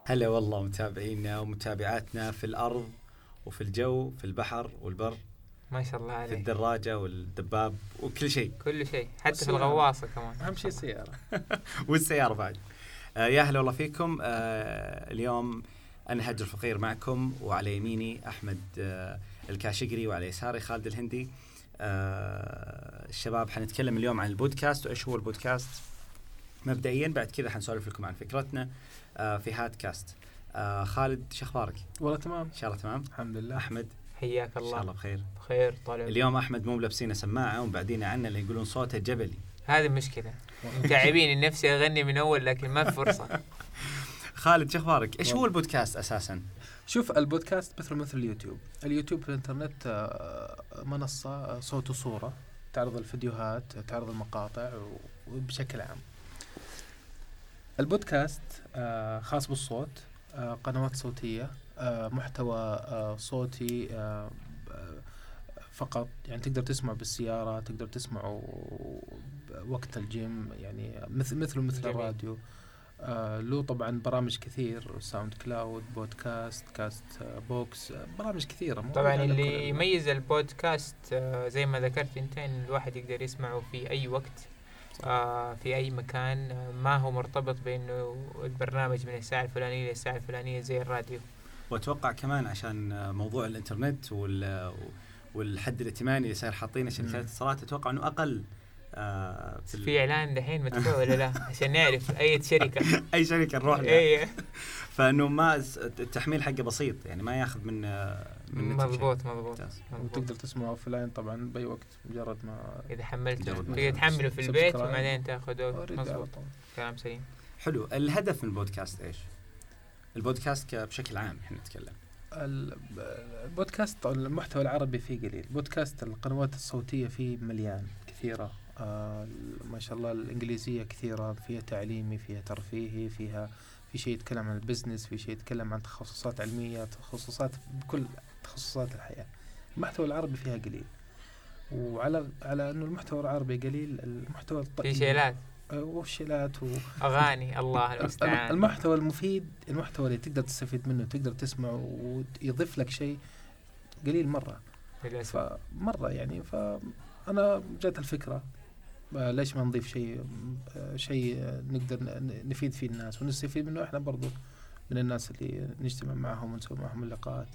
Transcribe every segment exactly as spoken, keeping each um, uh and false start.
هلا والله متابعينا ومتابعاتنا في الأرض وفي الجو، في البحر والبر، ما شاء الله عليك، في الدراجة والدباب وكل شيء كل شيء، حتى في الغواصة كمان، أهم شيء السيارة والسيارة بعد. آه يا هلا والله فيكم. آه اليوم أنا هجر الفقير معكم، وعلى يميني أحمد آه الكاشقري، وعلى يساري خالد الهندي. آه الشباب حنتكلم اليوم عن البودكاست وإيش هو البودكاست مبدئيا، بعد كذا حنسولف لكم عن فكرتنا آه في هاتكاست. آه خالد شو اخبارك؟ والله تمام ان شاء الله تمام الحمد لله. احمد حياك الله. ان شاء الله بخير بخير طالع. اليوم احمد مو ملبسين سماعه ومبعدين عنه اللي يقولون صوته جبلي. هذه مشكله متعبين نفسي اغني من اول لكن ما في فرصه. خالد شو اخبارك؟ ايش هو البودكاست اساسا؟ شوف، البودكاست مثل مثل اليوتيوب. اليوتيوب في الانترنت منصه صوت وصوره، تعرض الفيديوهات، تعرض المقاطع وبشكل عام. البودكاست خاص بالصوت، قنوات صوتيه، محتوى صوتي فقط، يعني تقدر تسمع بالسيارة، تقدر تسمعه وقت الجيم، يعني مثل مثل مثل جميل. الراديو. آه له طبعا برامج كثير، ساوند كلاود، بودكاست، كاست بوكس، برامج كثيرة. طبعا اللي يميز البودكاست آه زي ما ذكرت انت ان الواحد يقدر يسمعه في اي وقت، آه في اي مكان، آه ما هو مرتبط بانه البرنامج من الساعة الفلانية للساعة الفلانية زي الراديو. واتوقع كمان عشان موضوع الانترنت وال والحد الائتماني اللي صار حاطينه شركات الاتصالات، اتوقع انه اقل. آه في, في اعلان دحين مدفوع ولا لا عشان نعرف اي شركه اي شركه نروح لها. اي فانه ما التحميل حقه بسيط، يعني ما ياخذ من من مضبوط مضبوط. وتقدر تسمعه اوفلاين طبعا باي وقت مجرد ما اذا حملته تقدر تحمله في البيت وبعدين تاخذه. مضبوط، كلام سليم. حلو. الهدف من البودكاست ايش؟ البودكاست بشكل عام احنا نتكلم. البودكاست المحتوى العربي فيه قليل. بودكاست القنوات الصوتية فيه مليان كثيرة، آه ما شاء الله. الإنجليزية كثيرة، فيها تعليمي، فيها ترفيهي، فيها في شيء يتكلم عن البزنس، في شيء يتكلم عن تخصصات علمية، تخصصات بكل تخصصات الحياة. المحتوى العربي فيها قليل، وعلى على إنه المحتوى العربي قليل، المحتوى في شيلات وشيلات أغاني الله المستعان. المحتوى المفيد، المحتوى اللي تقدر تستفيد منه، تقدر تسمعه ويضيف لك شيء قليل مرة. فمرة يعني فأنا جات الفكرة ليش ما نضيف شيء شيء نقدر نفيد فيه الناس ونستفيد منه إحنا برضو من الناس اللي نجتمع معهم ونسوي معهم اللقاءات.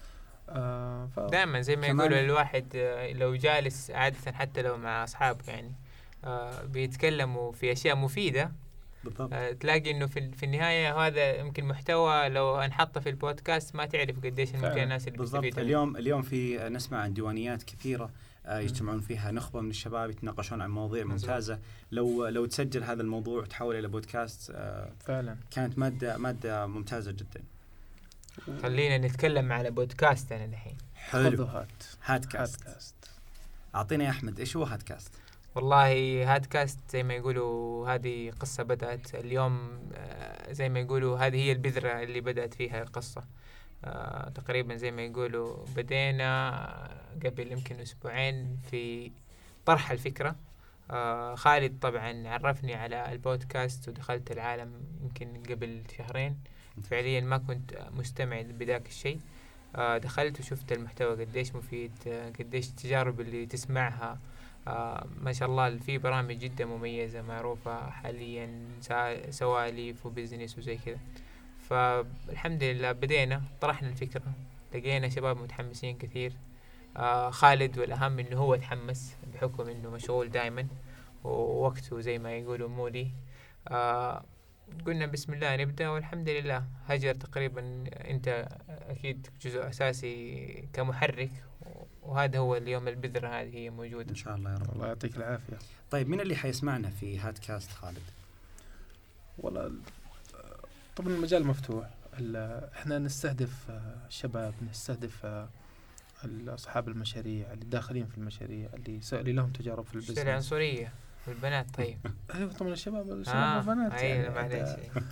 آه دائما زي ما يقولوا الواحد لو جالس عادة حتى لو مع أصحابه يعني آه بيتكلموا في أشياء مفيدة بالضبط. آه تلاقي إنه في في النهاية هذا يمكن محتوى لو انحط في البودكاست ما تعرف قديش الممكن الناس اللي بيستفيدوا. اليوم اليوم في نسمع عن ديوانيات كثيرة آه يجتمعون فيها نخبة من الشباب يتناقشون عن مواضيع ممتازة. لو لو تسجل هذا الموضوع وتحوله إلى بودكاست آه فعلا كانت مادة مادة ممتازة جدا. خلينا نتكلم على بودكاست أنا الحين. حلو. هات. هاتكاست. هاتكاست. أعطينا يا أحمد إيش هو هاتكاست؟ والله هاتكاست زي ما يقولوا هذه قصة بدأت اليوم، زي ما يقولوا هذه هي البذرة اللي بدأت فيها القصة. آه تقريبا زي ما يقولوا بدينا قبل يمكن أسبوعين في طرح الفكرة. آه خالد طبعا عرفني على البودكاست ودخلت العالم يمكن قبل شهرين. فعليا ما كنت مستمع بذاك الشيء. آه دخلت وشفت المحتوى قديش مفيد، آه قديش التجارب اللي تسمعها. آه ما شاء الله في برامج جدا مميزة معروفة حاليا، سواليف وبزنس وزي كذا. فالحمد لله بدينا طرحنا الفكرة، لقينا شباب متحمسين كثير. آه خالد والأهم إنه هو تحمس بحكم إنه مشغول دائما ووقته زي ما يقولوا مولي. آه قلنا بسم الله نبدأ والحمد لله. هجر تقريبا أنت أكيد جزء أساسي كمحرك، وهذا هو اليوم البذرة هذه هي موجودة إن شاء الله يا رب. الله يعطيك العافية. طيب مين اللي حيسمعنا في هاتكاست خالد؟ والله طبعا المجال مفتوح. احنا نستهدف الشباب، نستهدف أصحاب المشاريع اللي داخلين في المشاريع اللي اللي لهم تجارب في البزنس. العنصرية والبنات. طيب ايوه طبعا الشباب الشباب آه والبنات يعني معليش.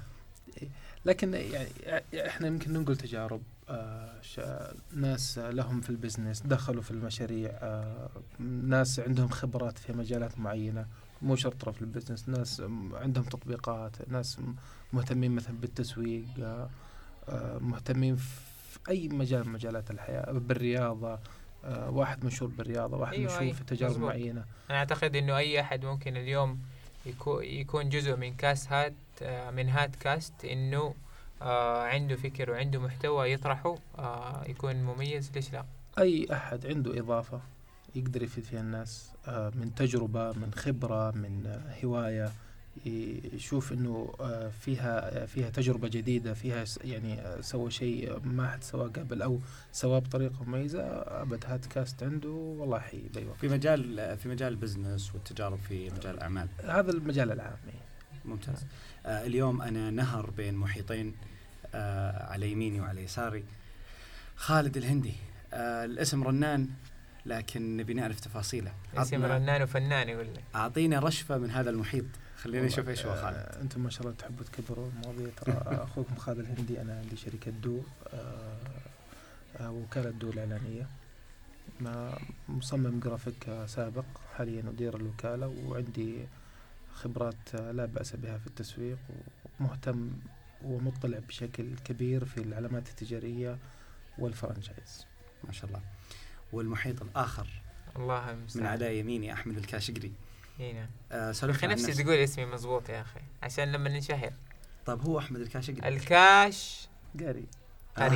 لكن يعني احنا يمكن ننقل تجارب آه ناس لهم في البزنس دخلوا في المشاريع، آه ناس عندهم خبرات في مجالات معينة مو شرط في البزنس، ناس عندهم تطبيقات، ناس مهتمين مثلا بالتسويق، آه آه مهتمين في أي مجال من مجالات الحياة، بالرياضة، آه واحد مشهور بالرياضة، واحد أيوة مشهور أيوة في تجارب مزبوط. معينة. أنا أعتقد إنه أي أحد ممكن اليوم يكون جزء من كاس هات من هات كاست، إنه آه عنده فكر وعنده محتوى يطرحه آه يكون مميز، ليش لا؟ أي أحد عنده إضافة يقدر يفيد فيها الناس، آه من تجربة، من خبرة، من آه هواية، يشوف إنه آه فيها فيها تجربة جديدة، فيها يعني آه سوى شيء ما حد سواه قبل أو سواه بطريقة مميزة، أبد هات كاست عنده والله حي بيوقف. في مجال في مجال البزنس والتجارب، في مجال الأعمال، هذا المجال العام. ممتاز. آه اليوم أنا نهر بين محيطين، آه على يميني وعلى يساري خالد الهندي. آه الاسم رنان، لكن نبي نعرف تفاصيله. اسم رنان وفنان يقول لك. أعطينا رشفة من هذا المحيط، خلينا نشوف إيش هو خالد. آه أنتم ما شاء الله تحبوا تكبروا المواضيع. ترى أخوكم خالد الهندي، أنا عندي شركة دو، آه آه وكالة دو الإعلانية، ما مصمم جرافيك سابق، حاليا أدير الوكالة، وعندي خبرات لا بأس بها في التسويق، ومهتم ومطلع بشكل كبير في العلامات التجارية والفرنشايز. ما شاء الله. والمحيط الآخر الله المستعان، من على يميني أحمد الكاشقري. هنا آه أخي نفسي تقول اسمي مزبوط يا أخي عشان لما ننشهر. طب هو أحمد الكاشقري الكاش قاري قري.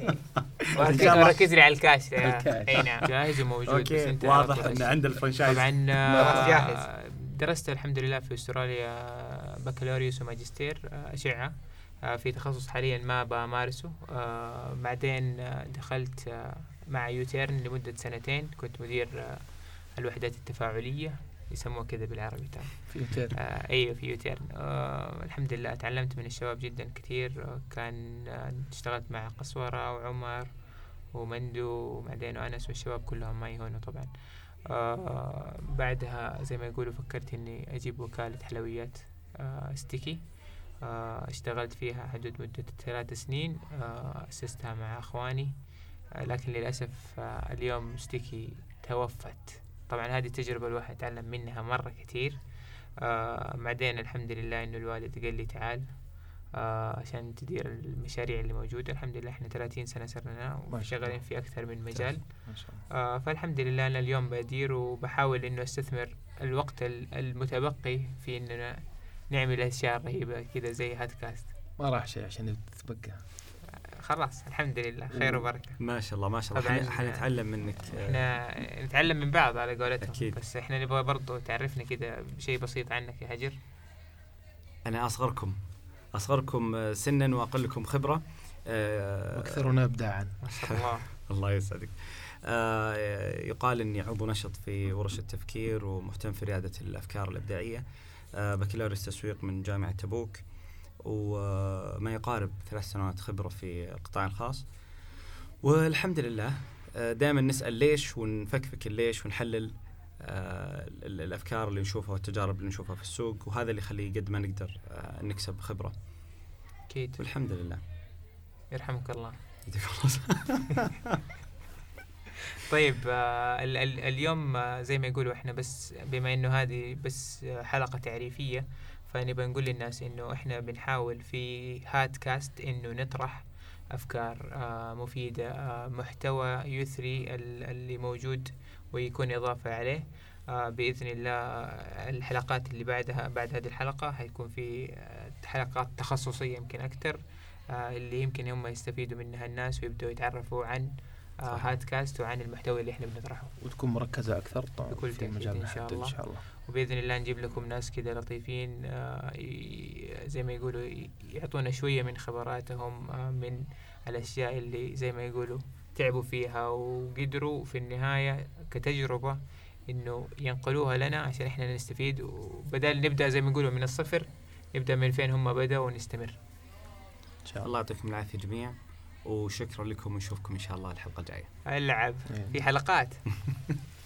ركز لي على الكاش. اي نعم جاهز وموجود. اوكي واضح ان عند الفرنشايز طبعا جاهز. درست الحمد لله في استراليا بكالوريوس وماجستير أشعة في تخصص حاليا ما بمارسه. بعدين دخلت مع يوتيرن لمدة سنتين، كنت مدير الوحدات التفاعلية يسموه كذا بالعربي تام في يوتيرن. آه ايوه في يوتيرن. آه الحمد لله تعلمت من الشباب جدا كثير. آه كان آه اشتغلت مع قسورة وعمر ومندو وبعدين وأنس والشباب كلهم معي هنا طبعا. آه بعدها زي ما يقولوا فكرت اني اجيب وكالة حلويات آه ستيكي. آه اشتغلت فيها حدود مدة ثلاث سنين. آه أسستها مع اخواني. آه لكن للأسف آه اليوم ستيكي توفت. طبعا هذه التجربة الواحد تعلم منها مرة كتير. آه بعدين الحمد لله انه الوالد قال لي تعال آه عشان تدير المشاريع اللي موجودة. الحمد لله احنا ثلاثين سنة صرنا وشغالين في اكثر من مجال. ما شاء الله. آه فالحمد لله انا اليوم بدير وبحاول انه استثمر الوقت المتبقي في اننا نعمل اشياء رهيبة كذا زي هاتكاست. ما راح شيء عشان تتبقى. خلاص الحمد لله خير وبركة. ما شاء الله ما شاء الله. حنتعلم منك. احنا نتعلم من بعض على قولتهم. أكيد. بس احنا نبغى برضو تعرفنا كده بشيء بسيط عنك يا هجر. انا اصغركم اصغركم سنا واقلكم خبرة واكثرنا ابداعا. ما شاء الله. الله يسعدك. يقال اني عضو نشط في ورش التفكير ومهتم في ريادة الافكار الابداعية. بكالوريوس تسويق من جامعة تبوك، وما يقارب ثلاث سنوات خبرة في القطاع الخاص. والحمد لله دائما نسأل ليش ونفكفك الليش ونحلل الأفكار اللي نشوفها والتجارب اللي نشوفها في السوق، وهذا اللي يخلي قد ما نقدر نكسب خبرة. أكيد. والحمد لله. يرحمك الله. طيب آه ال- ال- اليوم آه زي ما يقولوا احنا بس بما انه هذه بس آه حلقة تعريفية، فنبغى نقول للناس انه احنا بنحاول في هاتكاست انه نطرح افكار آه مفيدة، آه محتوى يثري اللي موجود ويكون اضافة عليه. آه باذن الله الحلقات اللي بعدها بعد هذه الحلقة هيكون في آه حلقات تخصصية يمكن اكثر، آه اللي يمكن هم يستفيدوا منها الناس ويبدأوا يتعرفوا عن آه هاتكاست وعن المحتوى اللي احنا بنطرحه، وتكون مركزة أكثر طبعا بكل في مجال إن شاء الله. إن شاء الله. وبإذن الله نجيب لكم ناس كده لطيفين آه زي ما يقولوا يعطونا شوية من خبراتهم آه من الأشياء اللي زي ما يقولوا تعبوا فيها وقدروا في النهاية كتجربة إنه ينقلوها لنا عشان إحنا نستفيد، وبدال نبدأ زي ما يقولوا من الصفر نبدأ من فين هم بدأوا ونستمر. إن شاء الله. الله يعطيكم العافية جميعا، وشكرا لكم ونشوفكم إن شاء الله الحلقة الجاية. ألعب في حلقات.